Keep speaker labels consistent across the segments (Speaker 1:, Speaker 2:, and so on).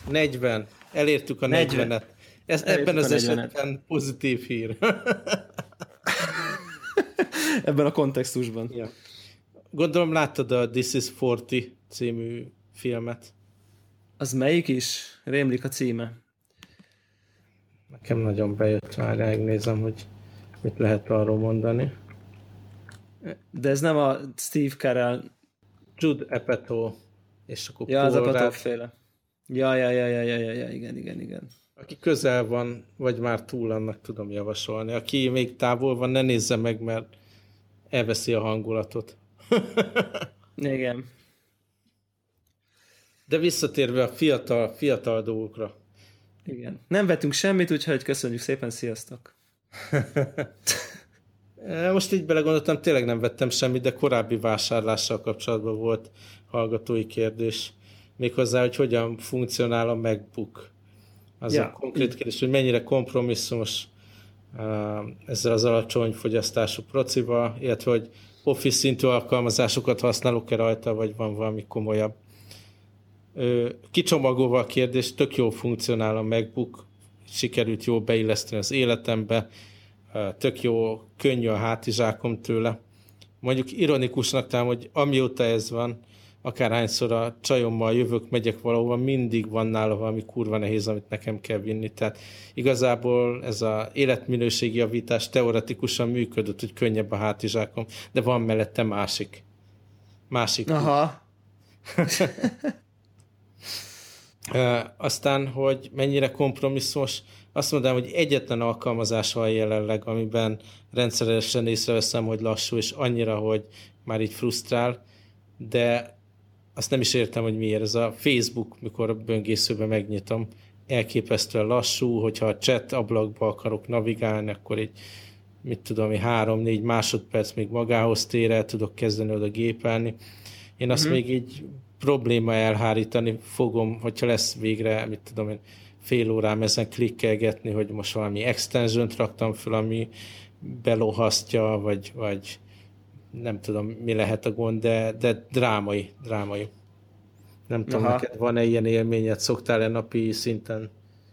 Speaker 1: 40. Elértük a 40-et. Ebben az esetben pozitív hír.
Speaker 2: Ebben a kontextusban.
Speaker 1: Ja. Gondolom láttad a This is 40 című filmet.
Speaker 2: Az melyik is? Rémlik a címe.
Speaker 1: Nekem nagyon bejött, már megnézem, hogy mit lehet arról mondani.
Speaker 2: De ez nem a Steve Carell.
Speaker 1: Judd Apatow. És akkor
Speaker 2: ja, az Apatow-féle. Ja, igen.
Speaker 1: Aki közel van, vagy már túl, annak tudom javasolni. Aki még távol van, ne nézze meg, mert elveszi a hangulatot.
Speaker 2: Igen.
Speaker 1: De visszatérve a fiatal dolgokra.
Speaker 2: Igen. Nem vettünk semmit, úgyhogy köszönjük szépen, sziasztok!
Speaker 1: Most így belegondoltam, tényleg nem vettem semmit, de korábbi vásárlással kapcsolatban volt hallgatói kérdés. Méghozzá, hogy hogyan funkcionál a MacBook. Az a konkrét kérdés, hogy mennyire kompromisszumos ezzel az alacsony fogyasztású procival, illetve hogy Office szintű alkalmazásokat használok-e rajta, vagy van valami komolyabb. Kicsomagolva a kérdés, tök jól funkcionál a MacBook, sikerült jól beilleszteni az életembe, tök jó, könnyű a hátizsákom tőle. Mondjuk ironikusnak talán, hogy amióta ez van, akárhányszor a csajommal jövök, megyek valahova, mindig van nála valami kurva nehéz, amit nekem kell vinni. Tehát igazából ez az életminőségi javítás teoretikusan működött, hogy könnyebb a hátizsákom, de van mellette másik.
Speaker 2: Aha.
Speaker 1: Aztán, hogy mennyire kompromisszumos, azt mondanám, hogy egyetlen alkalmazás van jelenleg, amiben rendszeresen észreveszem, hogy lassú, és annyira, hogy már így frusztrál, de azt nem is értem, hogy miért. Ez a Facebook, mikor a böngészőben megnyitom, elképesztően lassú, hogyha a chat ablakba akarok navigálni, akkor így, 3-4 másodperc még magához tér, el tudok kezdeni oda gépelni. Én azt még így probléma elhárítani fogom, hogyha lesz végre, fél órám ezen klikkelgetni, hogy most valami extension-t raktam föl, ami belohasztja, vagy nem tudom, mi lehet a gond, de drámai. Nem tudom, neked van-e ilyen élményed? Szoktál-e napi szinten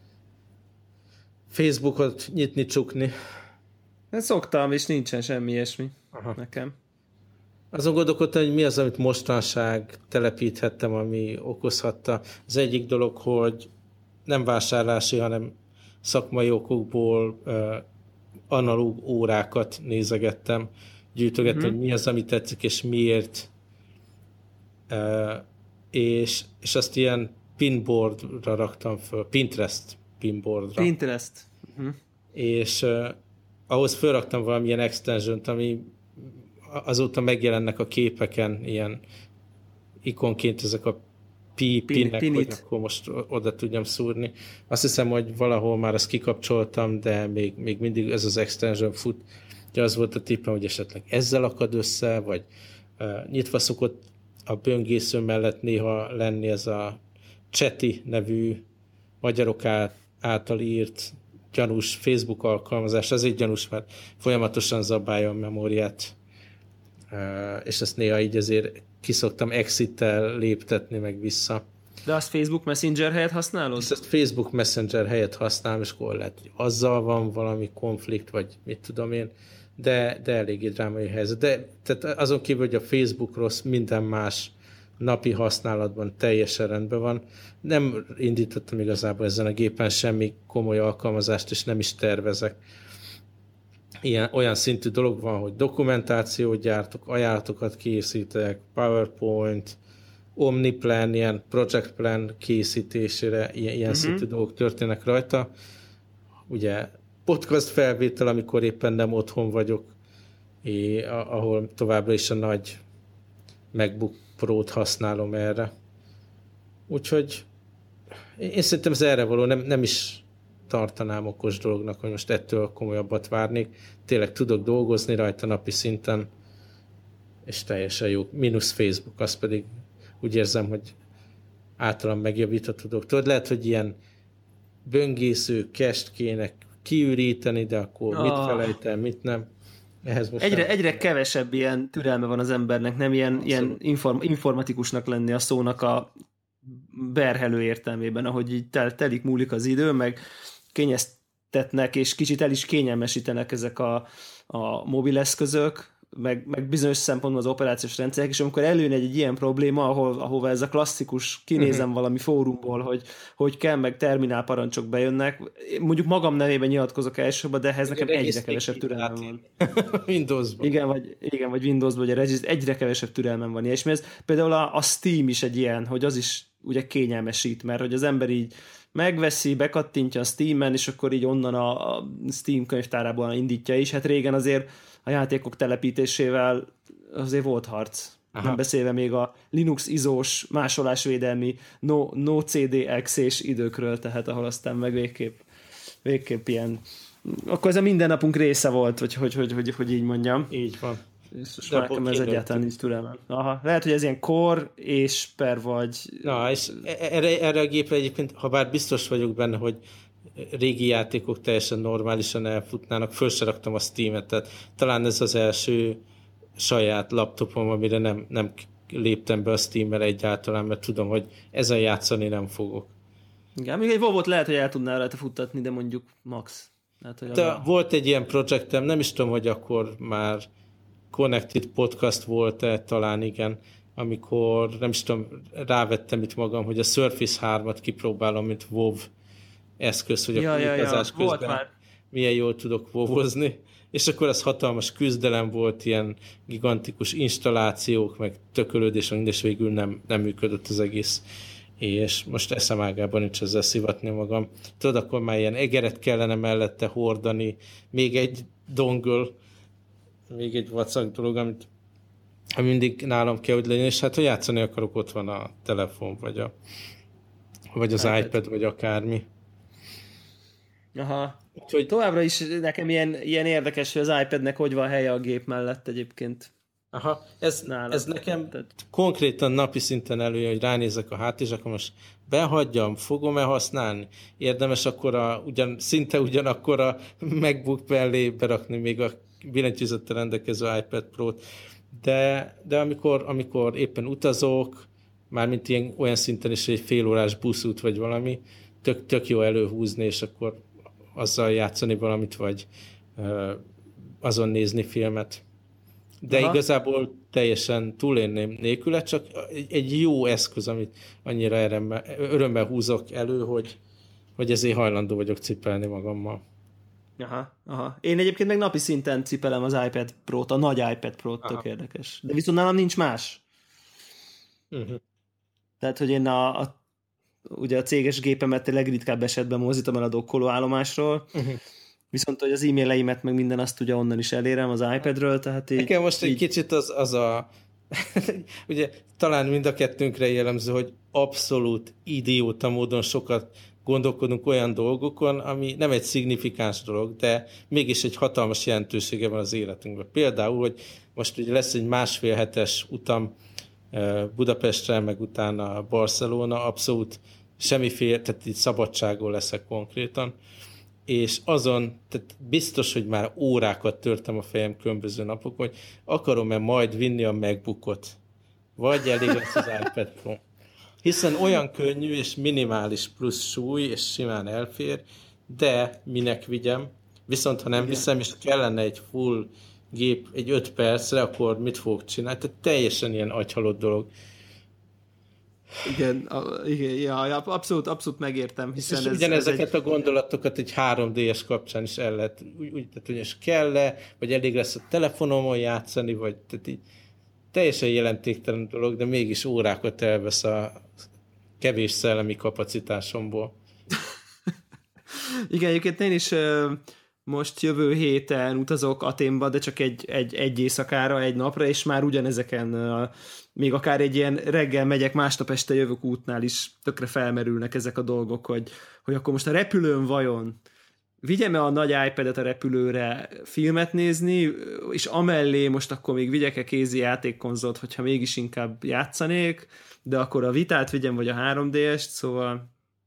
Speaker 1: Facebookot nyitni, csukni?
Speaker 2: Szoktam, és nincsen semmi ilyesmi nekem.
Speaker 1: Azon gondolkodtam, hogy mi az, amit mostanság telepíthettem, ami okozhatta. Az egyik dolog, hogy nem vásárlási, hanem szakmai okokból analóg órákat nézegettem, gyűjtögettem, hogy mi az, ami tetszik, és miért. És azt ilyen pinboardra raktam föl, Pinterest pinboardra.
Speaker 2: Pinterest.
Speaker 1: És ahhoz fölraktam valamilyen extension-t, ami azóta megjelennek a képeken ilyen ikonként ezek a pinnek, hogy akkor most oda tudjam szúrni. Azt hiszem, hogy valahol már ezt kikapcsoltam, de még mindig ez az extension fut. Ugye az volt a tippem, hogy esetleg ezzel akad össze, vagy nyitva szokott a böngésző mellett néha lenni ez a Chatty nevű magyarok által írt gyanús Facebook alkalmazás. Azért gyanús, mert folyamatosan zabálja a memóriát, és ezt néha így azért kiszoktam exit-tel léptetni meg vissza.
Speaker 2: De azt Facebook Messenger helyett használod?
Speaker 1: És ezt Facebook Messenger helyett használom, és akkor lehet, hogy azzal van valami konflikt, vagy mit tudom én, de eléggé drámai helyzet. De tehát azon kívül, hogy a Facebook rossz, minden más napi használatban teljesen rendben van. Nem indítottam igazából ezen a gépen semmi komoly alkalmazást, és nem is tervezek. Olyan szintű dolog van, hogy dokumentációt gyártok, ajánlatokat készítek, PowerPoint, OmniPlan, ilyen Project Plan készítésére, ilyen szintű dolgok történnek rajta. Ugye podcast felvétel, amikor éppen nem otthon vagyok, ahol továbbra is a nagy MacBook Pro-t használom erre. Úgyhogy én szerintem ez erre való, nem is tartanám okos dolognak, hogy most ettől komolyabbat várnék. Tényleg tudok dolgozni rajta napi szinten, és teljesen jó. Minusz Facebook, az pedig úgy érzem, hogy általam megjavítható dolog. Tudod, lehet, hogy ilyen böngésző cache-t kéne kiüríteni, de akkor mit felejtem, mit nem. Ehhez most
Speaker 2: egyre kevesebb ilyen türelme van az embernek, nem ilyen informatikusnak lenni a szónak a berhelő értelmében, ahogy így telik múlik az idő, meg kényeztetnek, és kicsit el is kényelmesítenek ezek a mobileszközök, meg bizonyos szempontból az operációs rendszerek, és amikor előjön egy ilyen probléma, ahova ez a klasszikus, kinézem valami fórumból, hogy kell, meg terminál parancsok bejönnek, mondjuk magam nevében nyilatkozok elsőbb, de ehhez nekem egyre kevesebb türelmem van.
Speaker 1: Windowsban.
Speaker 2: Igen, vagy Windowsban, vagy a Regis, egyre kevesebb türelmem van. És ez például a Steam is egy ilyen, hogy az is ugye kényelmesít, mert hogy az ember így megveszi, bekattintja a Steamen, és akkor így onnan a Steam könyvtárából indítja is. Hát régen azért a játékok telepítésével azért volt harc. Aha. Nem beszélve még a Linux izós másolásvédelmi no CDX-és időkről, tehát ahol aztán meg végképp ilyen... Akkor ez a mindennapunk része volt, hogy így mondjam.
Speaker 1: Így van.
Speaker 2: És nekem ez egyáltalán nincs türelmem. Aha, lehet, hogy ez ilyen kor és per vagy...
Speaker 1: Na, és erre a gépre egyébként, ha bár biztos vagyok benne, hogy régi játékok teljesen normálisan elfutnának, föl se raktam a Steam-et, tehát talán ez az első saját laptopom, amire nem léptem be a Steam-mel egyáltalán, mert tudom, hogy ezzel játszani nem fogok.
Speaker 2: Igen, még egy WoW-ot lehet, hogy el tudnál rajta futtatni, de mondjuk max. Hát, hogy
Speaker 1: volt egy ilyen projektem, nem is tudom, hogy akkor már Connected Podcast volt-e, talán igen, amikor, nem is tudom, rávettem itt magam, hogy a Surface 3-at kipróbálom, mint WoW eszköz, hogy a publikázás közben milyen jól tudok WoW-ozni, és akkor az hatalmas küzdelem volt, ilyen gigantikus installációk, meg tökölődés, és végül nem működött az egész, és most eszem ágában nincs ezzel szivatni magam. Tudod, akkor már ilyen egeret kellene mellette hordani, még egy dongle, még egy vacak dolog, amit mindig nálam kell, hogy legyen, és hát ha játszani akarok, ott van a telefon, vagy az iPad, vagy akármi.
Speaker 2: Aha. Úgyhogy továbbra is nekem ilyen érdekes, hogy az iPadnek hogy van helye a gép mellett egyébként.
Speaker 1: Aha, ez nekem konkrétan napi szinten előjön, hogy ránézek a hát, és akkor most behagyjam, fogom-e használni? Érdemes akkor szinte ugyanakkor a MacBook mellé berakni még a billentyűzettel rendelkező iPad Pro-t. De amikor éppen utazok, mármint olyan szinten is, egy félórás buszút vagy valami, tök jó előhúzni, és akkor azzal játszani valamit, vagy azon nézni filmet. De igazából teljesen túlélném nélküle, csak egy jó eszköz, amit annyira örömmel húzok elő, hogy ezért hajlandó vagyok cipelni magammal.
Speaker 2: Aha. Én egyébként meg napi szinten cipelem az iPad Pro-t, a nagy iPad Pro-t, tök érdekes. De viszont nálam nincs más. Tehát, hogy én ugye a céges gépemet legritkább esetben mozdítom el a dokkolóállomásról, viszont hogy az e-maileimet meg minden azt ugye onnan is elérem az iPadről, tehát így...
Speaker 1: Nekem most egy kicsit az a... ugye talán mind a kettőnkre jellemző, hogy abszolút idióta módon sokat gondolkodunk olyan dolgokon, ami nem egy szignifikáns dolog, de mégis egy hatalmas jelentősége van az életünkben. Például, hogy most ugye lesz egy 1,5 hetes utam Budapestre, meg utána Barcelona, abszolút semmiféle, tehát így szabadságon leszek konkrétan, és tehát biztos, hogy már órákat törtem a fejem különböző napok, hogy akarom-e majd vinni a MacBookot, vagy elég lesz az iPad Pro. Hiszen olyan könnyű és minimális plusz súly, és simán elfér, de minek vigyem, viszont ha nem viszem, és kellene egy full gép egy 5 percre, akkor mit fogok csinálni? Tehát teljesen ilyen agyhalott dolog.
Speaker 2: Igen, abszolút megértem, hiszen
Speaker 1: és ugyanezeket a gondolatokat egy 3D-es kapcsán is el lehet, úgy tehát, hogy és kell-e, vagy elég lesz a telefonomon játszani, vagy tehát így teljesen jelentéktelen dolog, de mégis órákat elvesz a kevés szellemi kapacitásomból.
Speaker 2: Igen, egyébként én is most jövő héten utazok Athénba, de csak egy éjszakára, egy napra, és már ugyanezeken, még akár egy ilyen reggel megyek, másnap este jövök útnál is tökre felmerülnek ezek a dolgok, hogy akkor most a repülőn vajon vigyem-e a nagy iPad-et a repülőre filmet nézni, és amellé most akkor még vigyek-e kézi játékkonzolt, hogyha mégis inkább játszanék, de akkor a Vitát vigyem, vagy a 3DS-t, szóval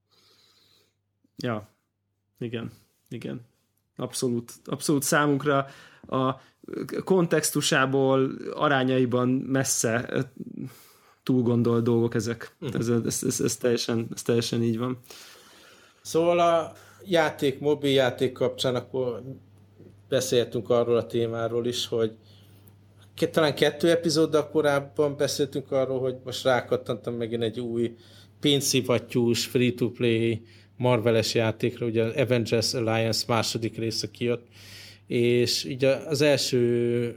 Speaker 2: ja, igen. Abszolút számunkra a kontextusából, arányaiban messze túl gondolt dolgok ezek. Ez teljesen így van.
Speaker 1: Szóval a mobiljáték kapcsán akkor beszéltünk arról a témáról is, hogy talán 2 epizóddal korábban beszéltünk arról, hogy most rákattantam megint egy új pénzszivattyús, free-to-play Marvel-es játékra, ugye az Avengers Alliance második része kijött, és így az első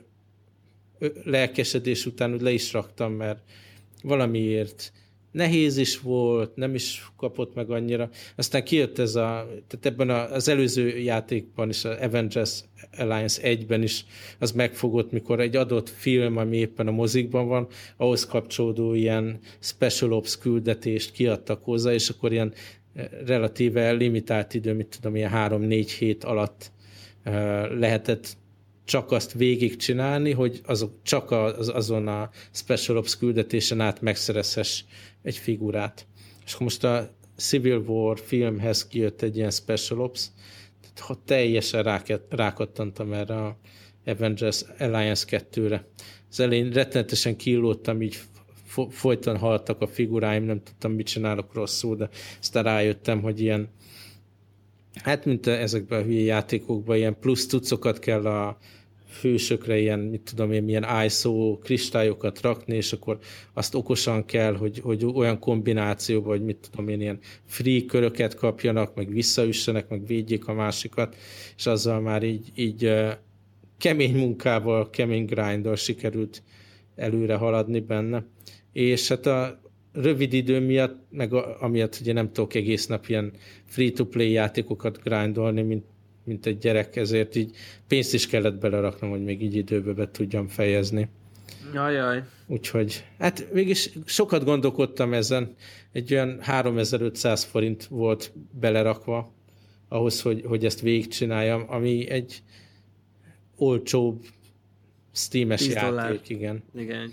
Speaker 1: lelkesedés után úgy le is raktam, mert valamiért nehéz is volt, nem is kapott meg annyira. Aztán kijött tehát ebben az előző játékban is, az Avengers Alliance 1-ben is az megfogott, mikor egy adott film, ami éppen a mozikban van, ahhoz kapcsolódó ilyen Special Ops küldetést kiadtak hozzá, és akkor ilyen relatíve limitált idő, mit tudom, ilyen 3-4 hét alatt lehetett csak azt végigcsinálni, hogy csak azon a Special Ops küldetésen át megszerezhess egy figurát. És akkor most a Civil War filmhez kijött egy ilyen Special Ops, tehát teljesen rákattantam erre a Avengers Alliance 2-re. Az elején rettenetesen kínlódtam, így folyton haltak a figuráim, nem tudtam, mit csinálok rosszul, de aztán rájöttem, hogy ilyen, hát mint ezekben a hülye játékokban, ilyen plusz cuccokat kell a fősökre, ilyen, mit tudom én, milyen ISO kristályokat rakni, és akkor azt okosan kell, hogy olyan kombinációban, hogy mit tudom én, ilyen free köröket kapjanak, meg visszaüssenek, meg védjék a másikat, és azzal már így kemény munkával, kemény grinddal sikerült előre haladni benne. És hát a rövid idő miatt, meg amiatt, hogy én nem tudok egész nap ilyen free-to-play játékokat grindolni, mint egy gyerek, ezért így pénzt is kellett beleraknom, hogy még így időbe be tudjam fejezni.
Speaker 2: Ajaj.
Speaker 1: Úgyhogy, hát mégis sokat gondolkodtam ezen, egy olyan 3500 forint volt belerakva ahhoz, hogy ezt végigcsináljam, ami egy olcsóbb Steam-es játék, igen.
Speaker 2: Igen.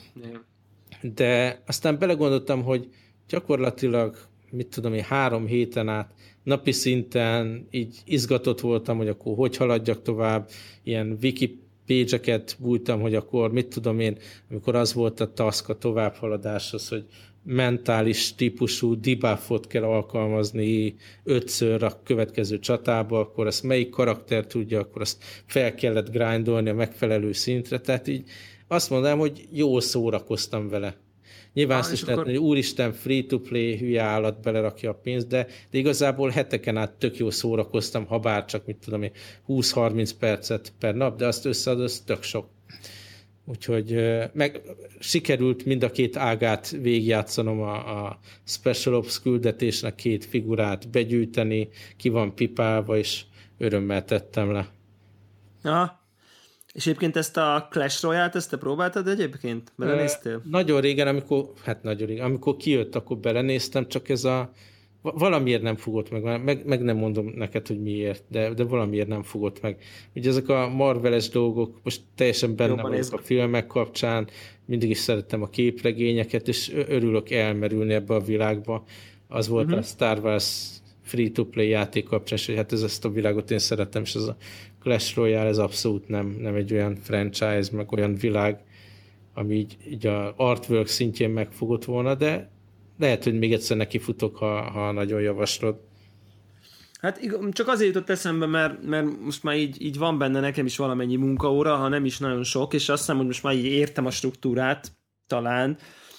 Speaker 1: De aztán belegondoltam, hogy gyakorlatilag, mit tudom én, 3 héten át napi szinten így izgatott voltam, hogy akkor hogy haladjak tovább, ilyen wiki page-eket bújtam, hogy akkor mit tudom én, amikor az volt a task a továbbhaladáshoz, hogy mentális típusú debuffot kell alkalmazni 5-ször a következő csatába, akkor ezt melyik karakter tudja, akkor azt fel kellett grindolni a megfelelő szintre, tehát így azt mondanám, hogy jól szórakoztam vele. Nyilván azt is lehet, hogy úristen, free-to-play hülye állat belerakja a pénzt, de igazából heteken át tök jól szórakoztam, ha bár csak, mit tudom én, 20-30 percet per nap, de azt összeadod, az tök sok. Úgyhogy meg sikerült mind a 2 ágát végigjátszanom a Special Ops küldetésnek 2 figurát begyűjteni, ki van pipálva, és örömmel tettem le.
Speaker 2: Aha. És egyébként ezt a Clash Royale-t, ezt te próbáltad egyébként? Belenéztél?
Speaker 1: Nagyon régen, amikor kijött, akkor belenéztem, csak ez valamiért nem fogott meg nem mondom neked, hogy miért, de valamiért nem fogott meg. Ugye ezek a Marvel-es dolgok, most teljesen benne vagyok a filmek kapcsán, mindig is szerettem a képregényeket, és örülök elmerülni ebbe a világba. Az volt a Star Wars free-to-play játék kapcsán, hogy hát ezt a világot én szeretem, és ez a Clash Royale, ez abszolút nem egy olyan franchise, meg olyan világ, ami így a artwork szintjén megfogott volna, de lehet, hogy még egyszer nekifutok, ha nagyon javaslod.
Speaker 2: Hát csak azért jutott eszembe, mert most már így van benne nekem is valamennyi munkaóra, ha nem is nagyon sok, és azt hiszem, hogy most már így értem a struktúrát, talán.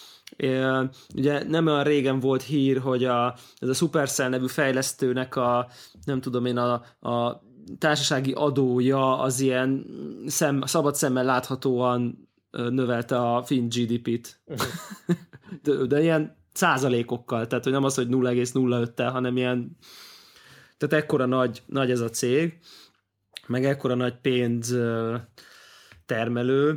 Speaker 2: Ugye nem olyan régen volt hír, hogy ez a Supercell nevű fejlesztőnek nem tudom én, a társasági adója az ilyen szabad szemmel láthatóan növelte a finn GDP-t. de ilyen százalékokkal, tehát hogy nem az, hogy 0,05-tel, hanem ilyen, tehát ekkora nagy ez a cég, meg ekkora nagy pénz termelő,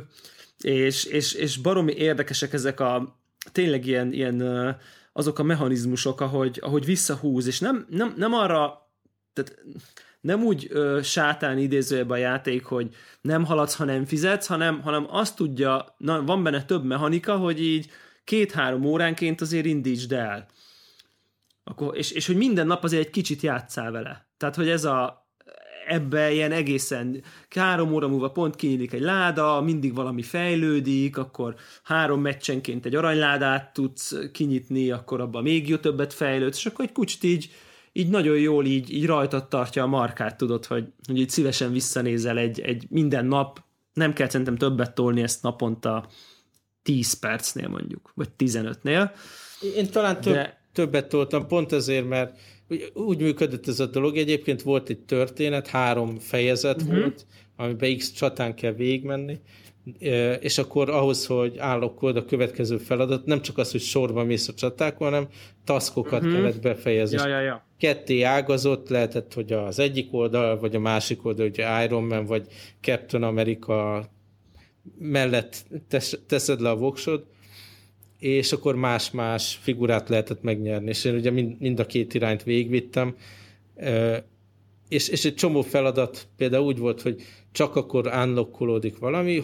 Speaker 2: és baromi érdekesek ezek tényleg ilyen azok a mechanizmusok, ahogy visszahúz, és nem arra, tehát nem úgy sátán idézőjebb a játék, hogy nem haladsz, ha nem fizetsz, hanem azt tudja, van benne több mechanika, hogy így 2-3 óránként azért indítsd el. És hogy minden nap azért egy kicsit játsszál vele. Tehát, hogy ebbe ilyen egészen 3 óra múlva pont kinyílik egy láda, mindig valami fejlődik, akkor 3 meccsenként egy aranyládát tudsz kinyitni, akkor abban még jó többet fejlődsz, és akkor egy kicsit így nagyon jól így rajtad tartja a markát, tudod, hogy így szívesen visszanézel egy minden nap, nem kell szerintem többet tolni ezt naponta 10 percnél mondjuk, vagy 15-nél.
Speaker 1: Én talán többet toltam, pont azért, mert úgy működött ez a dolog. Egyébként volt egy történet, 3 fejezet volt, amiben X csatán kell végigmenni, és akkor ahhoz, hogy állokkold a következő feladat, nem csak az, hogy sorban mész a csatákon, hanem taskokat kellett befejezni.
Speaker 2: Ja.
Speaker 1: Ketté ágazott, lehetett, hogy az egyik oldal, vagy a másik oldal, ugye Iron Man, vagy Captain America mellett teszed le a voksod, és akkor más-más figurát lehetett megnyerni. És én ugye mind a 2 irányt végigvittem, és egy csomó feladat például úgy volt, hogy csak akkor unlockolódik valami,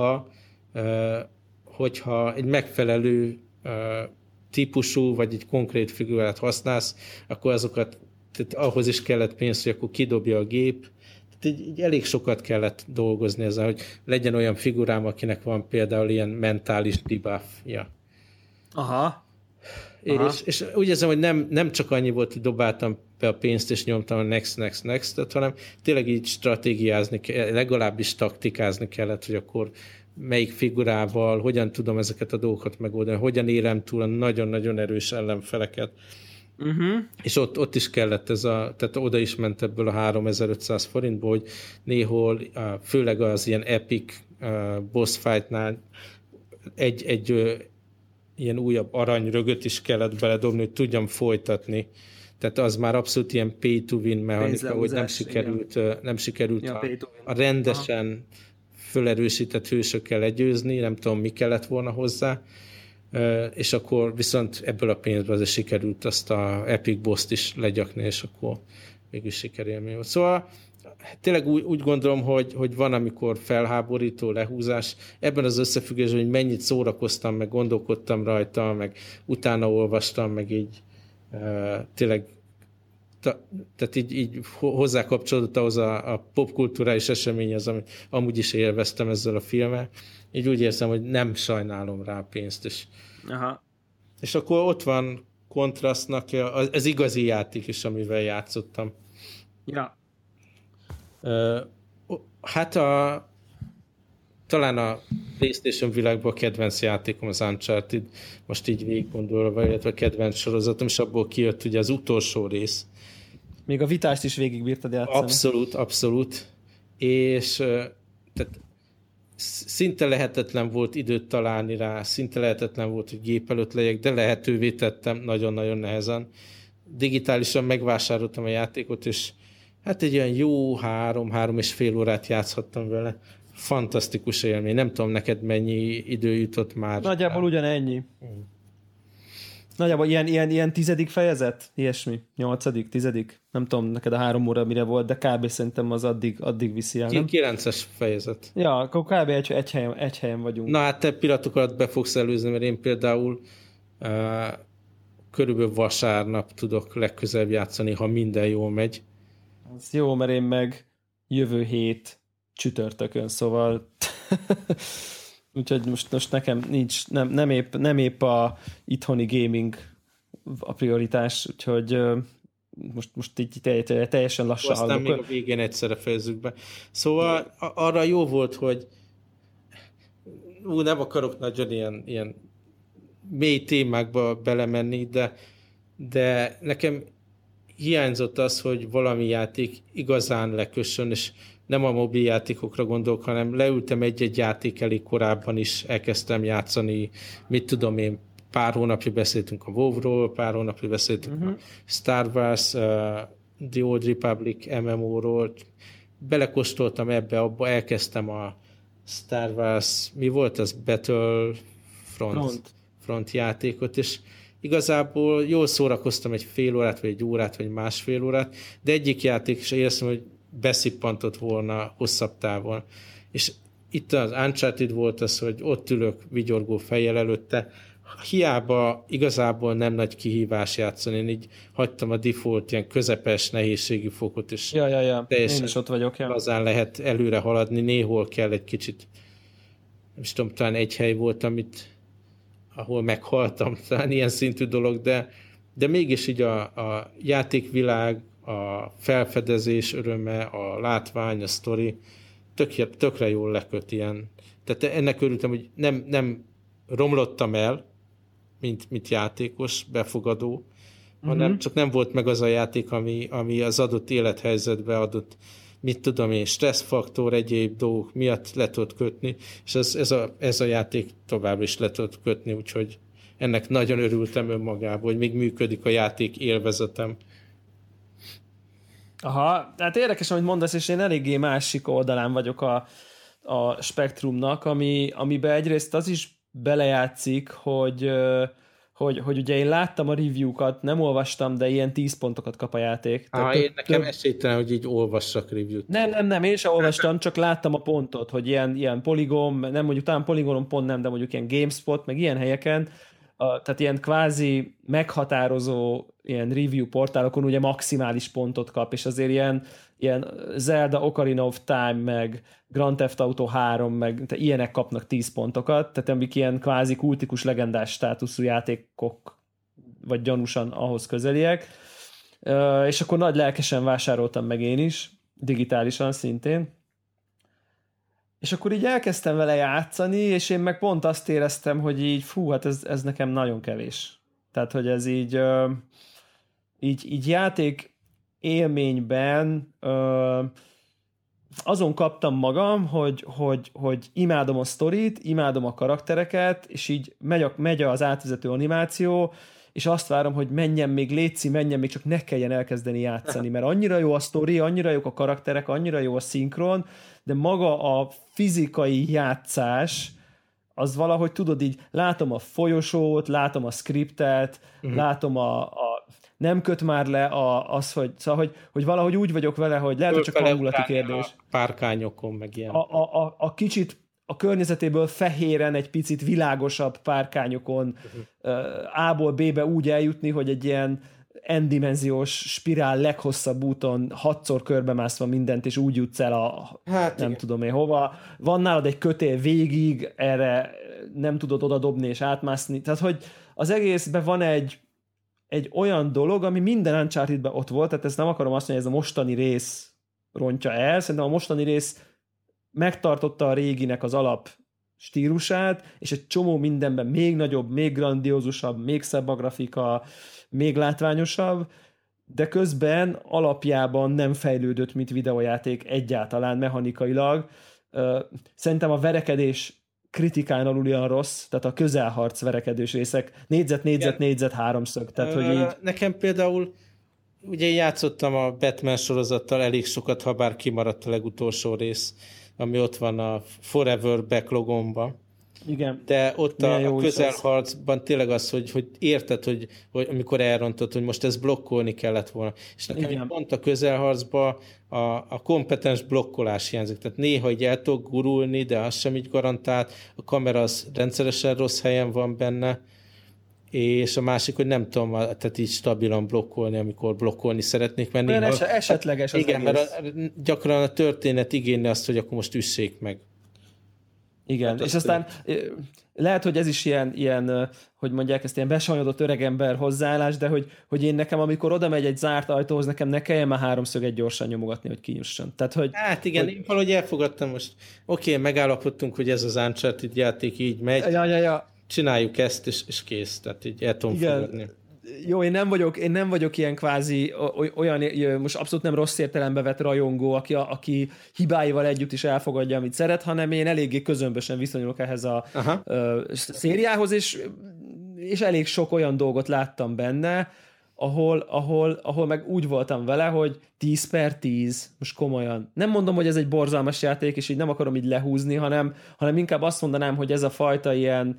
Speaker 1: hogyha egy megfelelő típusú, vagy egy konkrét figurát használsz, akkor azokat, tehát ahhoz is kellett pénz, hogy akkor kidobja a gép. Tehát így elég sokat kellett dolgozni ezzel, hogy legyen olyan figurám, akinek van például ilyen mentális debuffja.
Speaker 2: Aha.
Speaker 1: És úgy érzem, hogy nem csak annyi volt, hogy dobáltam be a pénzt, és nyomtam a next, hanem tényleg így stratégiázni, legalábbis taktikázni kellett, hogy akkor melyik figurával, hogyan tudom ezeket a dolgokat megoldani, hogyan érem túl a nagyon-nagyon erős ellenfeleket. És ott is kellett tehát oda is ment ebből a 3500 forintból, hogy néhol, főleg az ilyen epic boss fightnál egy ilyen újabb aranyrögöt is kellett beledobni, hogy tudjam folytatni. Tehát az már abszolút ilyen pay to win mechanika, hogy nem sikerült a rendesen fölerősített hősökkel legyőzni, nem tudom, mi kellett volna hozzá, és akkor viszont ebből a pénzből azért sikerült azt a epic boss-t is legyakni, és akkor mégis sikerélmény volt. Szóval tényleg úgy gondolom, hogy van, amikor felháborító lehúzás. Ebben az összefüggésben, hogy mennyit szórakoztam, meg gondolkodtam rajta, meg utána olvastam, meg így tényleg tehát így hozzá kapcsolódott ahhoz a popkulturális eseményhez, amit amúgy is élveztem ezzel a filmmel. Így úgy érzem, hogy nem sajnálom rá a pénzt. És akkor ott van Kontrasztnak az igazi játék is, amivel játszottam.
Speaker 2: Ja.
Speaker 1: Hát talán a PlayStation világban a kedvenc játékom az Uncharted, most így végig gondolva, illetve a kedvenc sorozatom, és abból kijött ugye az utolsó rész.
Speaker 2: Még a vitást is végigbírtad játszani.
Speaker 1: Abszolút. És tehát szinte lehetetlen volt időt találni rá, szinte lehetetlen volt, hogy gép előtt legyek, de lehetővé tettem nagyon-nagyon nehezen. Digitálisan megvásároltam a játékot, és hát egy olyan jó 3-3,5 órát játszhattam vele. Fantasztikus élmény. Nem tudom, neked mennyi idő jutott már.
Speaker 2: Nagyjából ugyanennyi. Nagyjából ilyen 10. fejezet? Ilyesmi. 8., 10. Nem tudom, neked a 3 óra mire volt, de kb. Szerintem az addig viszi el, nem?
Speaker 1: 9-es fejezet.
Speaker 2: Ja, akkor kb. egy helyen vagyunk.
Speaker 1: Na hát te pillanatokat be fogsz előzni, mert én például körülbelül vasárnap tudok legközelebb játszani, ha minden jól megy.
Speaker 2: Az jó, mert én meg jövő hét csütörtökön, szóval úgyhogy most nekem nincs, nem épp a itthoni gaming a prioritás, úgyhogy most így teljesen lassan
Speaker 1: aztán még a végén egyszerre fejezzük be. Szóval arra jó volt, hogy nem akarok nagyon ilyen mély témákba belemenni, de nekem hiányzott az, hogy valami játék igazán lekössön, és nem a mobiljátékokra gondolok, hanem leültem egy játék elég korábban is, elkezdtem játszani, mit tudom én, pár hónapja beszéltünk a WoW-ról, pár hónapja beszéltünk a Star Wars, The Old Republic MMO-ról, belekóstoltam ebbe, abba elkezdtem a Star Wars, mi volt az? Battlefront játékot, és igazából jól szórakoztam egy fél órát, vagy egy órát, vagy másfél órát, de egyik játék is éreztem, hogy beszippantott volna hosszabb távon. És itt az Uncharted volt az, hogy ott ülök vigyorgó fejjel előtte, hiába igazából nem nagy kihívás játszani, én így hagytam a default ilyen közepes nehézségi fokot, és
Speaker 2: teljesen én is ott vagyok.
Speaker 1: lazán lehet előre haladni, néhol kell egy kicsit, nem is tudom, talán egy hely volt, ahol meghaltam, talán ilyen szintű dolog, de mégis így a játékvilág, a felfedezés öröme, a látvány, a sztori tökre jól leköt ilyen. Tehát ennek örültem, hogy nem romlottam el, mint játékos, befogadó, hanem csak nem volt meg az a játék, ami az adott élethelyzetbe adott, mit tudom én, stresszfaktor, egyéb dolgok miatt le tudott kötni, és ez a játék tovább is le tudott kötni, úgyhogy ennek nagyon örültem önmagában, hogy még működik a játék élvezetem.
Speaker 2: Aha, hát érdekes, amit mondasz, és én eléggé másik oldalán vagyok a spektrumnak, amiben egyrészt az is belejátszik, hogy ugye én láttam a review-kat, nem olvastam, de ilyen 10 pontokat kap a játék.
Speaker 1: Nekem esélytelen, hogy így olvassak review-t.
Speaker 2: Nem, én sem olvastam, csak láttam a pontot, hogy ilyen Polygon, nem mondjuk talán Polygonon pont nem, de mondjuk ilyen GameSpot, meg ilyen helyeken, tehát ilyen kvázi meghatározó ilyen review portálokon ugye maximális pontot kap, és azért ilyen Zelda Ocarina of Time, meg Grand Theft Auto 3, meg ilyenek kapnak 10 pontokat, tehát amik ilyen kvázi kultikus legendás státuszú játékok, vagy gyanúsan ahhoz közeliek, és akkor nagy lelkesen vásároltam meg én is, digitálisan szintén, és akkor így elkezdtem vele játszani, és én meg pont azt éreztem, hogy így hát ez nekem nagyon kevés. Tehát, hogy ez így játék élményben azon kaptam magam, hogy imádom a sztorit, imádom a karaktereket, és így megy az átvezető animáció, és azt várom, hogy menjen még, csak ne kelljen elkezdeni játszani, mert annyira jó a sztori, annyira jók a karakterek, annyira jó a szinkron, de maga a fizikai játszás, az valahogy tudod így, látom a folyosót, látom a skriptet, látom nem köt már le az, hogy valahogy úgy vagyok vele, hogy lehet, hogy csak hangulati kérdés.
Speaker 1: A párkányokon, meg ilyen.
Speaker 2: A kicsit a környezetéből fehéren egy picit világosabb párkányokon A-ból B-be úgy eljutni, hogy egy ilyen n-dimenziós spirál leghosszabb úton 6-szor körbemászva mindent, és úgy jutsz el nem tudom én hova. Van nálad egy kötél végig, erre nem tudod oda dobni és átmászni. Tehát, hogy az egészben van egy olyan dolog, ami minden Uncharted-ben ott volt, tehát ezt nem akarom azt mondani, hogy ez a mostani rész rontja el, szerintem a mostani rész megtartotta a réginek az alap stílusát, és egy csomó mindenben még nagyobb, még grandiózusabb, még szebb a grafika, még látványosabb, de közben alapjában nem fejlődött, mint videójáték egyáltalán mechanikailag. Szerintem a verekedés kritikán alul olyan rossz, tehát a közelharc verekedős részek, négyzet, háromszög. Tehát, hogy így...
Speaker 1: Nekem például, ugye játszottam a Batman sorozattal elég sokat, ha bár kimaradt a legutolsó rész, ami ott van a Forever backlogomban.
Speaker 2: Igen.
Speaker 1: De ott a közelharcban tényleg az, hogy érted, hogy amikor elrontott, hogy most ezt blokkolni kellett volna. És nekem pont a közelharcban a kompetens blokkolás hiányzik. Tehát néha így el tudok gurulni, de az sem így garantált. A kamera az rendszeresen rossz helyen van benne, és a másik, hogy nem tudom, tehát így stabilan blokkolni, amikor blokkolni szeretnék menni.
Speaker 2: Olyan esetleges az
Speaker 1: igen, egész. Mert gyakran a történet igényli azt, hogy akkor most üssék meg.
Speaker 2: Igen, hát és aztán lehet, hogy ez is ilyen, hogy mondják ezt, ilyen besajnyodott öregember hozzáállás, de hogy én nekem, amikor oda megy egy zárt ajtóhoz, nekem ne kelljen már háromszöget gyorsan nyomogatni, hogy kinyusson. Tehát, hogy,
Speaker 1: hát igen, én valahogy elfogadtam most. Oké, megállapodtunk, hogy ez az Uncharted játék így megy.
Speaker 2: Ja.
Speaker 1: Csináljuk ezt, és kész. Tehát így el tudom fogadni.
Speaker 2: Jó, én nem vagyok ilyen kvázi olyan, most abszolút nem rossz értelembe vett rajongó, aki hibáival együtt is elfogadja, amit szeret, hanem én eléggé közömbösen viszonyulok ehhez a szériához, és elég sok olyan dolgot láttam benne, ahol meg úgy voltam vele, hogy 10/10, most komolyan. Nem mondom, hogy ez egy borzalmas játék, és így nem akarom így lehúzni, hanem inkább azt mondanám, hogy ez a fajta ilyen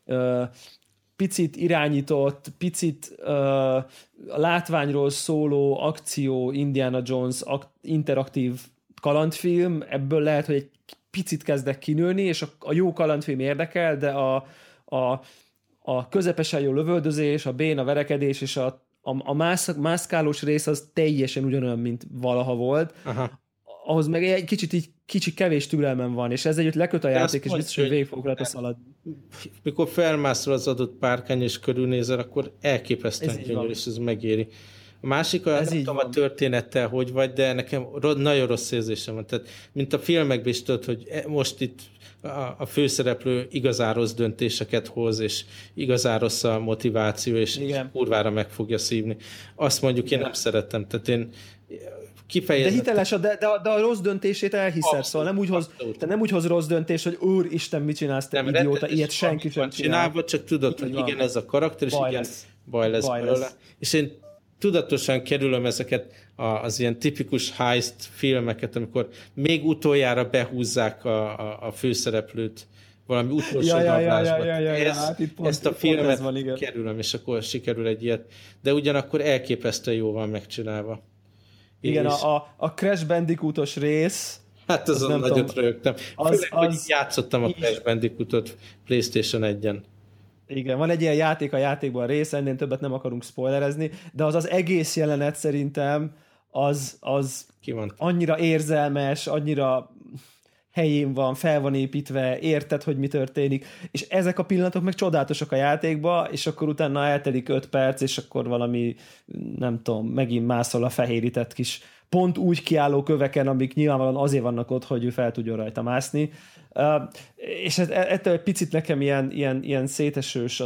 Speaker 2: picit irányított, picit látványról szóló akció Indiana Jones interaktív kalandfilm, ebből lehet, hogy egy picit kezdek kinőni, és a jó kalandfilm érdekel, de a a közepesen jó lövöldözés, a béna verekedés és a mászkálós rész az teljesen ugyanolyan, mint valaha volt.
Speaker 1: Aha.
Speaker 2: Ahhoz meg egy kicsit kevés türelmem van, és ez együtt leköt a játék, és biztos, hogy végig fogok rajta szaladni.
Speaker 1: Mikor felmászol az adott párkány és körülnézel, akkor elképesztően gyönyörű, és ez megéri. A másik, nem tudom a történettel, hogy vagy, de nekem nagyon rossz érzésem van. Tehát, mint a filmekben is tudod, hogy most itt a főszereplő igazán rossz döntéseket hoz, és igazán rossz a motiváció, és kurvára meg fogja szívni. Azt mondjuk én nem szeretem. Tehát én kifejezetten...
Speaker 2: De hiteles, de a rossz döntését elhiszed, szóval nem úgy hoz rossz döntés, hogy Úristen, mit csinálsz, te idióta, ilyet senki sem
Speaker 1: csinálva, csak tudod, hogy igen, ez a karakter, és igen, baj lesz belőle. És én tudatosan kerülöm ezeket az ilyen tipikus heist filmeket, amikor még utoljára behúzzák a főszereplőt valami utolsó rablásba. Ezt a filmet kerülöm, és akkor sikerül egy ilyet. De ugyanakkor elképesztően jó van megcsinálva.
Speaker 2: Igen, a Crash Bandicootos rész.
Speaker 1: Hát azon nagyot rögtem. Főleg, hogy játszottam a Crash Bandicootot PlayStation 1-en.
Speaker 2: Igen, van egy ilyen játék a játékban rész, ennél többet nem akarunk spoilerezni, de az egész jelenet szerintem az annyira érzelmes, annyira helyén van, fel van építve, érted, hogy mi történik, és ezek a pillanatok meg csodálatosak a játékba, és akkor utána eltelik 5 perc, és akkor valami, nem tudom, megint mászol a fehérített kis pont úgy kiálló köveken, amik nyilvánvalóan azért vannak ott, hogy ő fel tudjon rajta mászni. És ettől egy picit nekem ilyen szétesős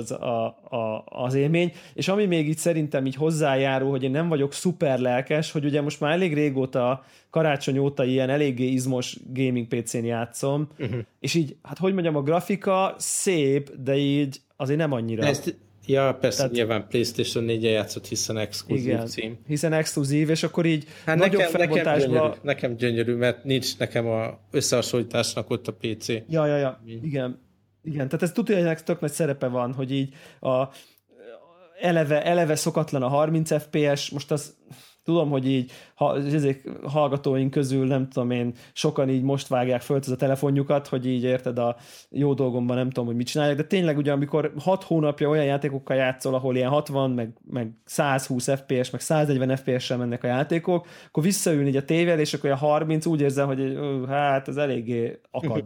Speaker 2: az élmény, és ami még itt szerintem így hozzájárul, hogy én nem vagyok szuper lelkes, hogy ugye most már elég régóta, karácsony óta ilyen eléggé izmos gaming PC-n játszom, és így, hát hogy mondjam, a grafika szép, de így azért nem annyira.
Speaker 1: Ja, persze, tehát, nyilván PlayStation 4-en játszott, hiszen exkluzív cím.
Speaker 2: Hiszen exkluzív, és akkor így
Speaker 1: hát nagyobb felbontásban... Nekem gyönyörű, mert nincs nekem a összehasonlításnak ott a PC.
Speaker 2: Ja. Igen, tehát ez tudja, hogy ennek tök nagy szerepe van, hogy így eleve szokatlan a 30 FPS, most az tudom, hogy így hallgatóink közül, nem tudom én, sokan így most vágják föl a telefonjukat, hogy így érted, a jó dolgomban nem tudom, hogy mit csinálják, de tényleg ugye, amikor 6 hónapja olyan játékokkal játszol, ahol ilyen 60, meg 120 FPS, meg 140 FPS-sel mennek a játékok, akkor visszaülni így a tévél, és akkor a 30 úgy érzem, hogy hát ez eléggé akad.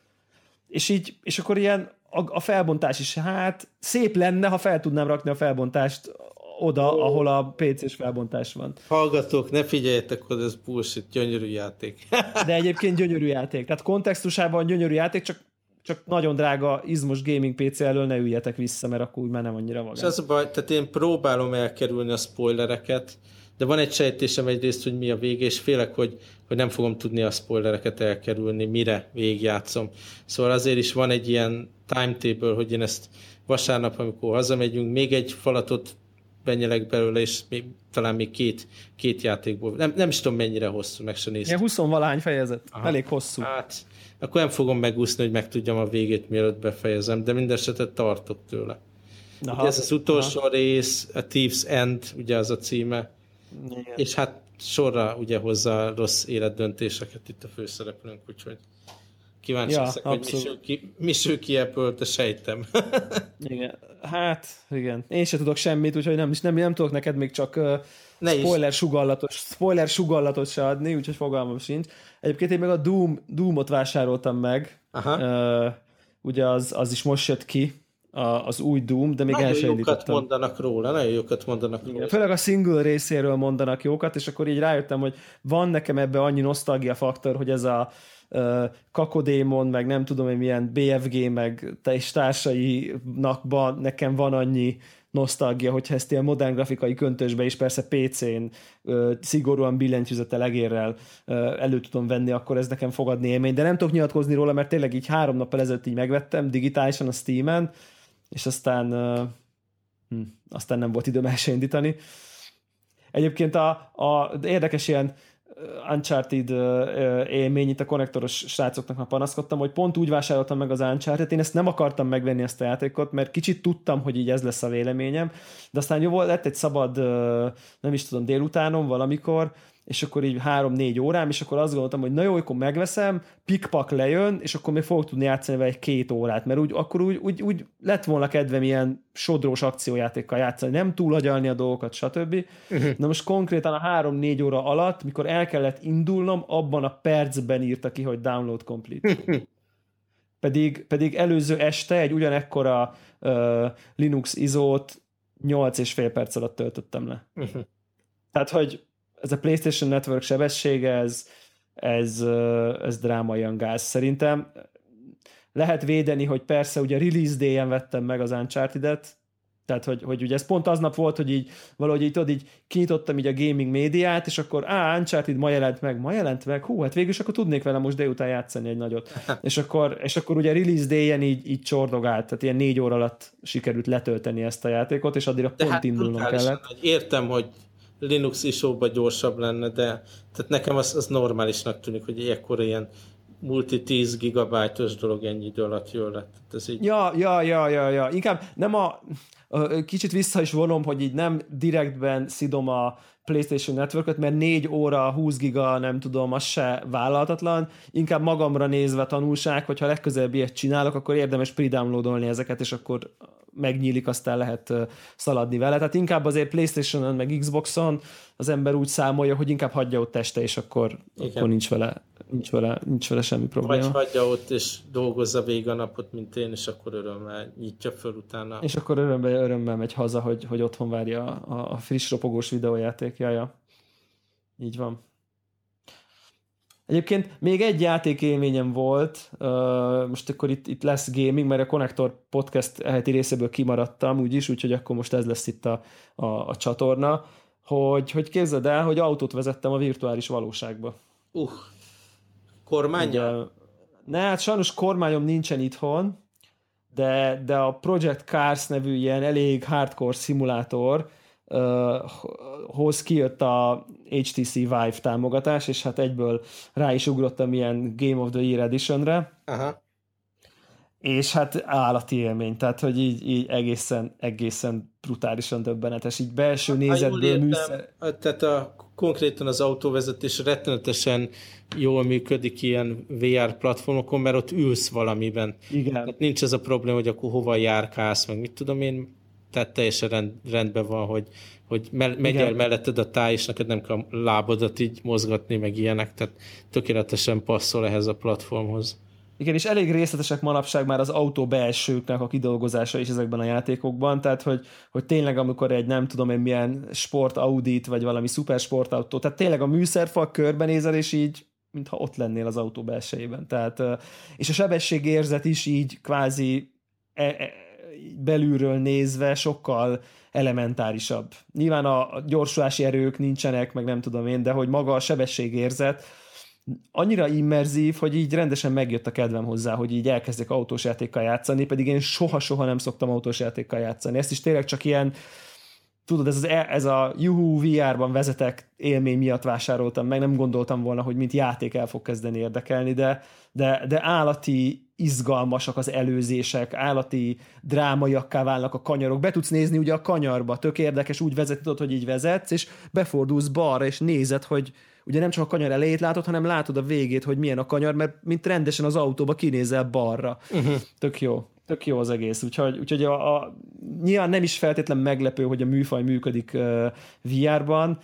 Speaker 2: És akkor ilyen a felbontás is, hát szép lenne, ha fel tudnám rakni a felbontást oda, ahol a PC-s felbontás van.
Speaker 1: Hallgatók, ne figyeljetek, hogy ez bullshit, gyönyörű játék.
Speaker 2: De egyébként gyönyörű játék. Tehát kontextusában gyönyörű játék, csak nagyon drága, izmos gaming PC elől ne üljetek vissza, mert akkor úgy már nem annyira vagány.
Speaker 1: És az a baj, tehát én próbálom elkerülni a spoilereket, de van egy sejtésem egyrészt, hogy mi a vége, és félek, hogy nem fogom tudni a spoilereket elkerülni, mire végigjátszom. Szóval azért is van egy ilyen timetable, hogy én ezt vasárnap, amikor hazamegyünk, még egy falatot benyelek belőle, és talán még két játékból. Nem is tudom, mennyire hosszú, meg se néztem.
Speaker 2: 20-valahány fejezet. Aha. Elég hosszú.
Speaker 1: Hát, akkor nem fogom megúszni, hogy megtudjam a végét, mielőtt befejezem, de minden esetet tartok tőle. Ugye ez az utolsó rész, a Thief's End, ugye az a címe. Igen. És hát sorra ugye hozzá rossz életdöntéseket itt a főszereplőnk, úgyhogy kíváncsi leszek, hogy Miső kiepölt, de sejtem.
Speaker 2: Igen. Hát, igen. Én sem tudok semmit, úgyhogy nem tudok neked még csak spoiler sugallatot se adni, úgyhogy fogalmam sincs. Egyébként én meg a Doom-ot vásároltam meg. Ugye az is most jött ki, az új Doom, de még el sem indítottam.
Speaker 1: Nagyon jókat mondanak róla.
Speaker 2: Főleg a single részéről mondanak jókat, és akkor így rájöttem, hogy van nekem ebbe annyi nosztalgia faktor, hogy ez a Kakodémon, meg nem tudom, hogy milyen BFG, meg te és társainak nekem van annyi nosztalgia, hogyha ezt ilyen modern grafikai köntösbe és persze PC-n szigorúan billentyűzettel egérrel elő tudom venni, akkor ez nekem fog adni élmény, de nem tudok nyilatkozni róla, mert tényleg így 3 nappal ezelőtt így megvettem digitálisan a Steamen, és aztán nem volt időm el se indítani. Egyébként érdekes ilyen Uncharted élmény, itt a konnektoros srácoknak már panaszkodtam, hogy pont úgy vásároltam meg az Uncharted, én ezt nem akartam megvenni ezt a játékot, mert kicsit tudtam, hogy így ez lesz a véleményem, de aztán jó volt, lett egy szabad, nem is tudom, délutánom valamikor, és akkor így 3-4 órám, és akkor azt gondoltam, hogy na jó, akkor megveszem, pikpak lejön, és akkor még fogok tudni játszani vele 2 órát, mert úgy lett volna kedvem ilyen sodrós akciójátékkal játszani, nem túl agyalni a dolgokat, stb. Na most konkrétan a 3-4 óra alatt, mikor el kellett indulnom, abban a percben írta ki, hogy download complete. Pedig előző este egy ugyanekkora Linux ISO-t 8,5 perc alatt töltöttem le. Tehát, hogy ez a PlayStation Network sebessége, ez drámaian gáz. Szerintem lehet védeni, hogy persze ugye release day-en vettem meg az Uncharted-et, tehát, hogy ugye ez pont aznap volt, hogy így valahogy így, tudod, így kinyitottam így a gaming médiát, és akkor Uncharted ma jelent meg, hát végül is akkor tudnék vele most délután játszani egy nagyot. és akkor ugye release day-en így csordogált, tehát ilyen 4 óra alatt sikerült letölteni ezt a játékot, és addigra pont indulnom kellett.
Speaker 1: Értem, hogy Linux ISO-ban gyorsabb lenne, de tehát nekem az normálisnak tűnik, hogy ekkor ilyen multi 10 gigabájtos dolog ennyi idő alatt jól lett. Ez így...
Speaker 2: Ja. Inkább nem kicsit vissza is vonom, hogy így nem direktben szidom a PlayStation Network-öt, mert 4 óra, 20 giga, nem tudom, az se vállalhatatlan. Inkább magamra nézve tanulság, hogyha legközelebb ilyet csinálok, akkor érdemes pre-downloadolni ezeket, és akkor megnyílik, aztán lehet szaladni vele. Tehát inkább azért PlayStation-on, meg Xboxon az ember úgy számolja, hogy inkább hagyja ott este, és akkor nincs vele semmi probléma.
Speaker 1: Vagy hagyja ott, és dolgozza végig a napot, mint én, és akkor örömmel nyitja föl utána.
Speaker 2: És akkor örömmel megy haza, hogy otthon várja a friss ropogós videójáték. Ja. Így van. Egyébként még egy játékélményem volt, most akkor itt lesz gaming, mert a Connector Podcast heti részéből kimaradtam úgyhogy akkor most ez lesz itt a csatorna, hogy képzeld el, hogy autót vezettem a virtuális valóságba.
Speaker 1: Kormánnyal?
Speaker 2: Hát sajnos kormányom nincsen itthon, de a Project Cars nevű ilyen elég hardcore szimulátor hoz kijött a HTC Vive támogatás, és hát egyből rá is ugrottam ilyen Game of the Year Editionre. Aha. És hát állati élmény, tehát hogy így egészen brutálisan döbbenetes, így belső nézetből műszer.
Speaker 1: Tehát konkrétan az autóvezetés rettenetesen jól működik ilyen VR platformokon, mert ott ülsz valamiben.
Speaker 2: Igen.
Speaker 1: Tehát nincs ez a probléma, hogy akkor hova járkálsz, meg mit tudom én, tehát teljesen rendben van, hogy megy el melletted a táj, és neked nem kell a lábadat így mozgatni, meg ilyenek, tehát tökéletesen passzol ehhez a platformhoz.
Speaker 2: Igen, és elég részletesek manapság már az autó belsőknek a kidolgozása is ezekben a játékokban, tehát hogy tényleg amikor egy nem tudom én milyen sport Audit, vagy valami szuper sportautó, tehát tényleg a műszerfal körbenézel, és így mintha ott lennél az autó belsejében. Tehát, és a sebességérzet is így kvázi belülről nézve sokkal elementárisabb. Nyilván a gyorsulási erők nincsenek, meg nem tudom én, de hogy maga a sebességérzet annyira immerzív, hogy így rendesen megjött a kedvem hozzá, hogy így elkezdek autós játékkal játszani, pedig én soha nem szoktam autós játékkal játszani. Ezt is tényleg csak ilyen, tudod, ez a juhu VR-ban vezetek élmény miatt vásároltam meg, nem gondoltam volna, hogy mint játék el fog kezdeni érdekelni, de állati izgalmasak az előzések, állati drámaiakká válnak a kanyarok. Be tudsz nézni ugye a kanyarba, tök érdekes, úgy vezetni tudod, hogy így vezetsz, és befordulsz balra, és nézed, hogy ugye nem csak a kanyar elejét látod, hanem látod a végét, hogy milyen a kanyar, mert mint rendesen az autóba kinézel balra. Tök jó az egész. Úgyhogy nyilván nem is feltétlen meglepő, hogy a műfaj működik VR-ban,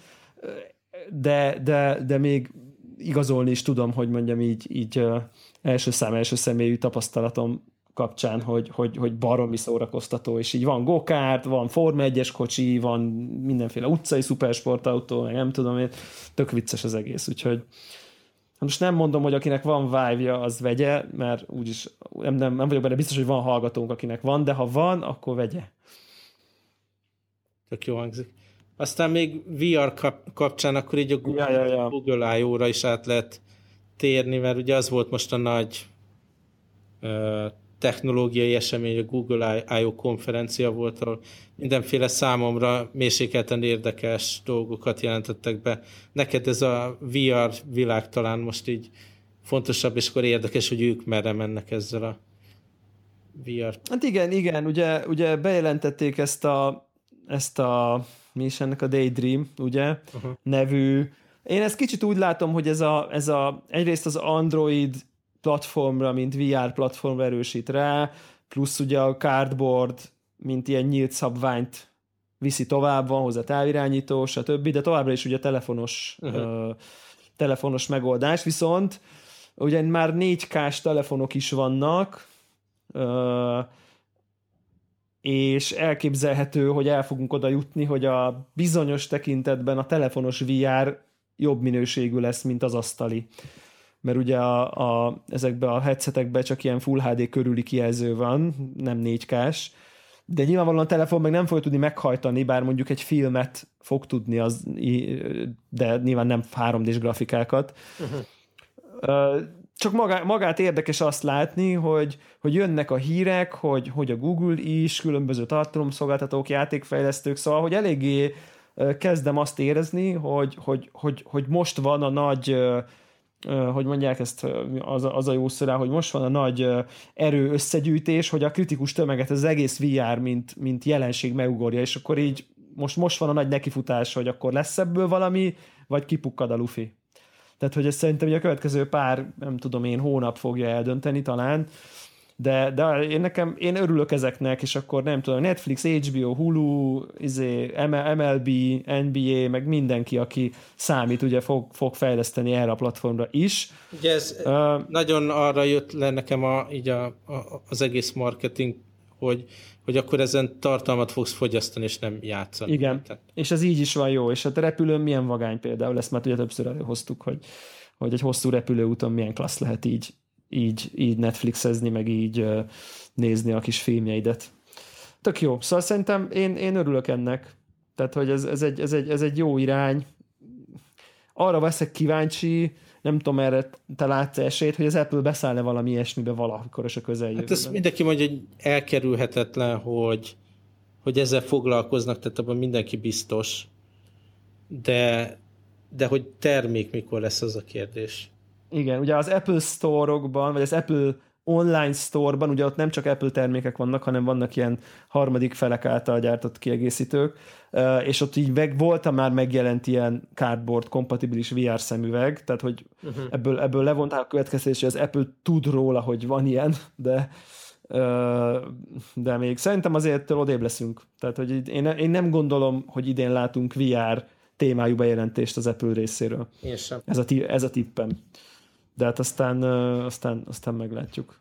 Speaker 2: de még igazolni is tudom, hogy mondjam így első személyű tapasztalatom kapcsán, hogy baromi szórakoztató, és így van go-kart, van Forma 1-es kocsi, van mindenféle utcai szupersportautó, meg nem tudom én, tök vicces az egész, úgyhogy most nem mondom, hogy akinek van Vive-ja, az vegye, mert úgyis nem vagyok benne biztos, hogy van hallgatónk, akinek van, de ha van, akkor vegye.
Speaker 1: Tök jó hangzik. Aztán még VR kapcsán akkor így a Google I.O.-ra is át lehet térni, mert ugye az volt most a nagy technológiai esemény, a Google I.O. konferencia volt, ahol mindenféle számomra mérsékelten érdekes dolgokat jelentettek be. Neked ez a VR világ talán most így fontosabb, és akkor érdekes, hogy ők merre mennek ezzel a VR.
Speaker 2: Hát igen, ugye bejelentették ezt a mi is ennek a Daydream, ugye, nevű Én ezt kicsit úgy látom, hogy ez a egyrészt az Android platformra, mint VR platformra erősít rá, plusz ugye a Cardboard, mint ilyen nyílt szabványt viszi tovább, van hozzá távirányító, stb., de továbbra is ugye telefonos megoldás, viszont ugye már 4K-s telefonok is vannak, és elképzelhető, hogy el fogunk oda jutni, hogy a bizonyos tekintetben a telefonos VR jobb minőségű lesz, mint az asztali. Mert ugye ezekben a headsetekben csak ilyen Full HD körüli kijelző van, nem 4K-s, de nyilvánvalóan a telefon meg nem fogja tudni meghajtani, bár mondjuk egy filmet fog tudni, de nyilván nem 3D-s grafikákat. Csak magát érdekes azt látni, hogy jönnek a hírek, hogy a Google is, különböző tartalomszolgáltatók, játékfejlesztők, szóval, hogy eléggé kezdem azt érezni, hogy most van a nagy, hogy mondják ezt, az a jó szó rá, hogy most van a nagy erő összegyűjtés, hogy a kritikus tömeget az egész VR, mint jelenség megugorja, és akkor így most van a nagy nekifutás, hogy akkor lesz ebből valami, vagy kipukkad a lufi. Tehát, hogy ezt szerintem hogy a következő pár, nem tudom én, hónap fogja eldönteni talán, de én örülök ezeknek, és akkor nem tudom, Netflix, HBO, Hulu, MLB, NBA, meg mindenki, aki számít, ugye fog fejleszteni erre a platformra is.
Speaker 1: Ugye ez nagyon arra jött le nekem az egész marketing, hogy akkor ezen tartalmat fogsz fogyasztani, és nem játszani.
Speaker 2: Igen, és ez így is van jó, és hát a repülőn milyen vagány például, ezt már ugye többször előhoztuk, hogy egy hosszú repülőúton milyen klassz lehet így Netflixezni, meg így nézni a kis filmjeidet. Tök jó. Szóval szerintem én örülök ennek. Tehát, hogy ez egy jó irány. Arra veszek kíváncsi, nem tudom, erre te látsz esélyt, hogy az Apple beszáll-e valami ilyesmibe valamikor és a közeljövőben.
Speaker 1: Hát ezt mindenki mondja, hogy elkerülhetetlen, hogy ezzel foglalkoznak, tehát abban mindenki biztos. De hogy termék mikor lesz, az a kérdés.
Speaker 2: Igen, ugye az Apple Store-okban, vagy az Apple online store-ban, ugye ott nem csak Apple termékek vannak, hanem vannak ilyen harmadik felek által gyártott kiegészítők, és ott így voltam már megjelent ilyen cardboard kompatibilis VR szemüveg, tehát hogy ebből levonták a következtetés, hogy az Apple tud róla, hogy van ilyen, de még szerintem azért odébb leszünk. Tehát, hogy én nem gondolom, hogy idén látunk VR témájú bejelentést az Apple részéről.
Speaker 1: Én sem.
Speaker 2: Ez a tippem. De hát aztán meglátjuk.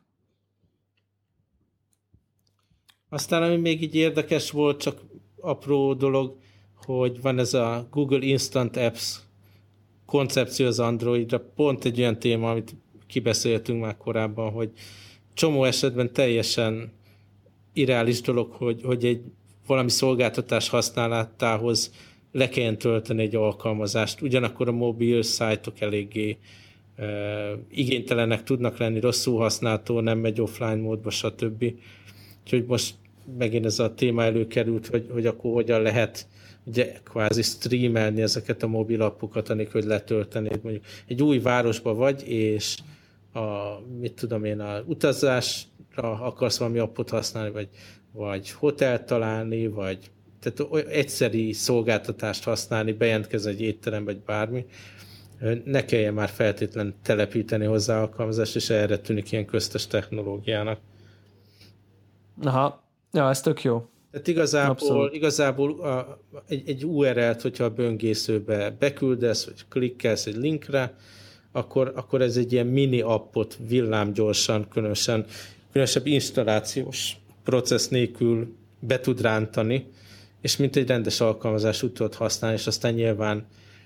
Speaker 1: Aztán, ami még így érdekes volt, csak apró dolog, hogy van ez a Google Instant Apps koncepció az Androidra, pont egy olyan téma, amit kibeszéltünk már korábban, hogy csomó esetben teljesen irreális dolog, hogy egy valami szolgáltatás használatához le kelljen tölteni egy alkalmazást. Ugyanakkor a mobil szájtok eléggé igénytelenek tudnak lenni, rosszul használható, nem megy offline módba, stb. Úgyhogy most megint ez a téma előkerült, hogy akkor hogyan lehet ugye kvázi streamelni ezeket a mobil appokat, anélkül, hogy letöltenéd. Mondjuk egy új városba vagy, és a utazásra akarsz valami appot használni, vagy hotelt találni, vagy tehát egyszeri szolgáltatást használni, bejelentkezni egy étterem, vagy bármi, ne kelljen már feltétlenül telepíteni hozzá alkalmazást, és erre tűnik ilyen köztes technológiának.
Speaker 2: Aha, ja, ez tök jó.
Speaker 1: Tehát igazából egy URL-t, hogyha a böngészőbe beküldesz, vagy klikkelsz egy linkre, akkor ez egy ilyen mini appot villámgyorsan, különösebb installációs processz nélkül be tud rántani, és mint egy rendes alkalmazás úgy tudod használni, és aztán nyilván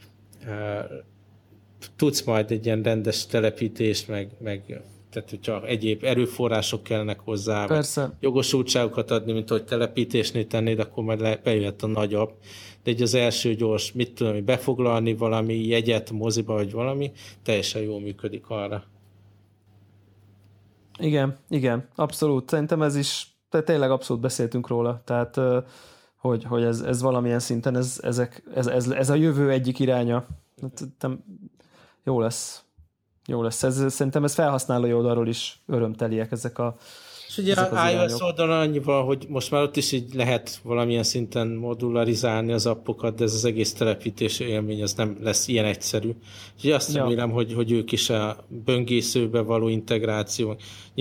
Speaker 1: tudsz majd egy ilyen rendes telepítést, meg tehát hogyha egyéb erőforrások kellenek hozzá, jogosultságokat adni, mint hogy telepítésnél tennéd, akkor majd bejöhet a nagy app. De egy az első gyors, befoglalni valami jegyet moziba, vagy valami, teljesen jól működik arra.
Speaker 2: Igen, abszolút. Szerintem ez is, tényleg abszolút beszéltünk róla, tehát hogy ez valamilyen szinten ez a jövő egyik iránya. Jó lesz. Szerintem ez felhasználói oldalról is örömteliek ezek a
Speaker 1: És ugye az iOS oldalon annyival, hogy most már ott is így lehet valamilyen szinten modularizálni az appokat, de ez az egész telepítési élmény, az nem lesz ilyen egyszerű. Úgyhogy azt remélem, hogy ők is a böngészőbe való integráció.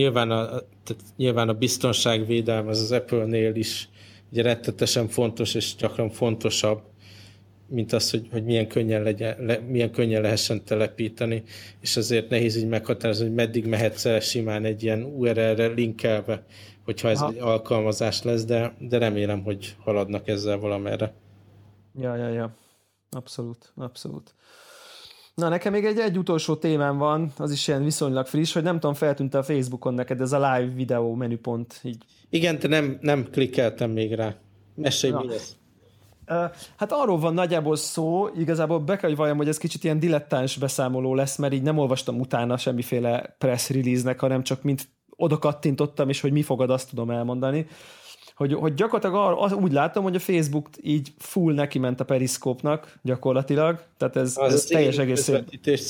Speaker 1: Nyilván a biztonságvédelme az Apple-nél is ugye rettetesen fontos, és gyakran fontosabb, mint az, hogy milyen könnyen lehessen telepíteni, és azért nehéz így meghatározni, hogy meddig mehetsz el simán egy ilyen URL-re linkelve, hogyha ez egy alkalmazás lesz, de remélem, hogy haladnak ezzel valamerre.
Speaker 2: Ja. Abszolút. Na, nekem még egy utolsó témám van, az is ilyen viszonylag friss, hogy nem tudom, feltűnt a Facebookon neked ez a live videó menüpont. Így.
Speaker 1: Igen, de nem klikkeltem még rá. Mesélj, mi lesz?
Speaker 2: Hát arról van nagyjából szó, igazából be kell, hogy valljam, hogy ez kicsit ilyen dilettáns beszámoló lesz, mert így nem olvastam utána semmiféle press release-nek, hanem csak mint oda kattintottam, és hogy mi fogad, azt tudom elmondani. Hogy gyakorlatilag úgy látom, hogy a Facebook így full neki ment a Periscope-nak gyakorlatilag, tehát ez teljes egészében.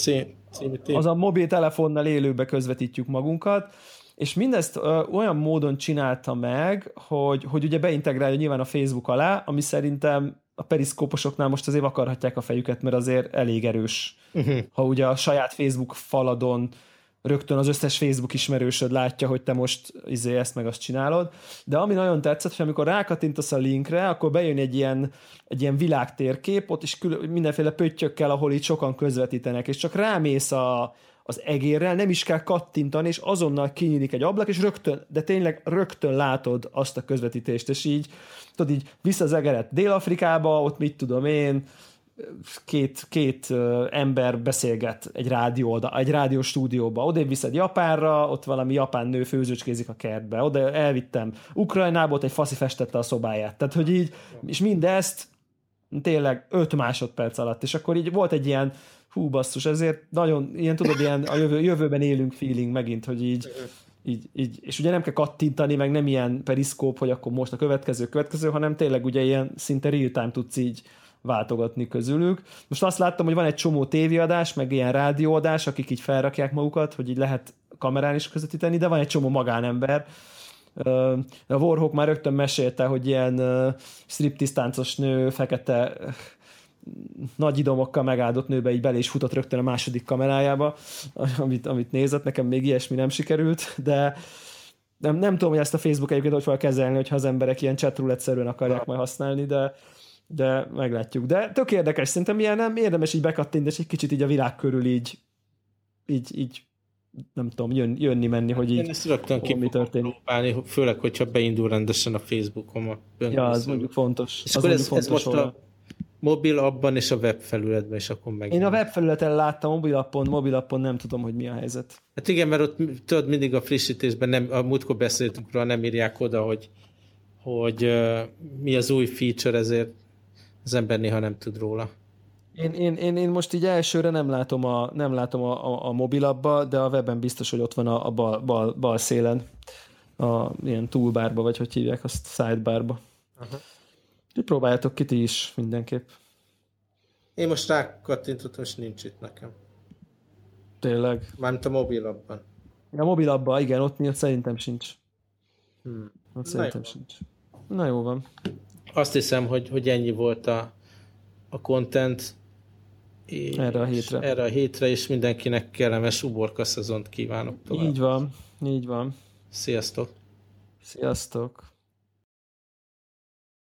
Speaker 2: Az a mobiltelefonnal élőbe közvetítjük magunkat, és mindezt olyan módon csinálta meg, hogy ugye beintegrálja nyilván a Facebook alá, ami szerintem a periszkóposoknál most azért akarhatják a fejüket, mert azért elég erős. Ha ugye a saját Facebook faladon rögtön az összes Facebook ismerősöd látja, hogy te most ezt meg azt csinálod. De ami nagyon tetszett, hogy amikor rákattintasz a linkre, akkor bejön egy ilyen világtérkép, ott is mindenféle pöttyökkel, ahol itt sokan közvetítenek, és csak rámész az egérrel, nem is kell kattintani, és azonnal kinyílik egy ablak, és tényleg rögtön látod azt a közvetítést, és így, tudod, így vissza az egeret Dél-Afrikába, ott mit tudom én, két ember beszélget egy rádió stúdióba, odébb viszed Japánra, ott valami japán nő főzőcskézik a kertbe, oda elvittem Ukrajnába, ott egy faszi festette a szobáját, tehát hogy így, és mindezt tényleg 5 másodperc alatt, és akkor így volt egy ilyen hú basszus, ezért nagyon ilyen, tudod, ilyen a jövőben élünk feeling megint, hogy így, és ugye nem kell kattintani, meg nem ilyen periszkóp, hogy akkor most a következő, hanem tényleg ugye ilyen szinte real-time tudsz így váltogatni közülük. Most azt láttam, hogy van egy csomó tévéadás, meg ilyen rádióadás, akik így felrakják magukat, hogy így lehet kamerán is közvetíteni, de van egy csomó magánember. A Warhawk már rögtön mesélte, hogy ilyen striptease táncos nő, fekete nagy idomokkal megáldott nőbe így bele is futott rögtön a második kamerájába, amit nézett, nekem még ilyesmi nem sikerült, de nem tudom, hogy ezt a Facebook egyébként hogy fogja kezelni, hogyha az emberek ilyen chatroulette-szerűen akarják majd használni, de meglátjuk. De tök érdekes, szerintem ilyen nem érdemes így bekattintani, és egy kicsit így a világ körül így nem tudom, jönni-menni, hogy így
Speaker 1: ezt rögtön mi történik. Próbálni, főleg, hogyha beindul rendesen a Facebookon.
Speaker 2: Ja, az mondjuk fontos.
Speaker 1: És akkor ez most a mobil appban és a web felületben, és akkor meg.
Speaker 2: Én a web felületen láttam, mobilappon nem tudom, hogy mi a helyzet.
Speaker 1: Hát igen, mert ott tudod, mindig a frissítésben, a múltkor beszéltünk róla, nem írják oda, hogy mi az új feature, ezért az ember néha nem tud róla.
Speaker 2: Én most így elsőre nem látom a mobilabba, de a webben biztos, hogy ott van a bal szélen, a ilyen toolbarba, vagy hogy hívják azt, sidebarba. Aha. Próbáljátok ki ti is mindenképp.
Speaker 1: Én most rákattintottam, és nincs itt nekem.
Speaker 2: Tényleg?
Speaker 1: Mármint a mobilabban.
Speaker 2: A mobilabban, igen, ott miatt szerintem sincs. Ott szerintem sincs. Na jó van.
Speaker 1: Azt hiszem, hogy ennyi volt a content
Speaker 2: erre a
Speaker 1: hétre, és mindenkinek kellemes uborka szezont kívánok tovább.
Speaker 2: Így van.
Speaker 1: Sziasztok!
Speaker 2: Sziasztok!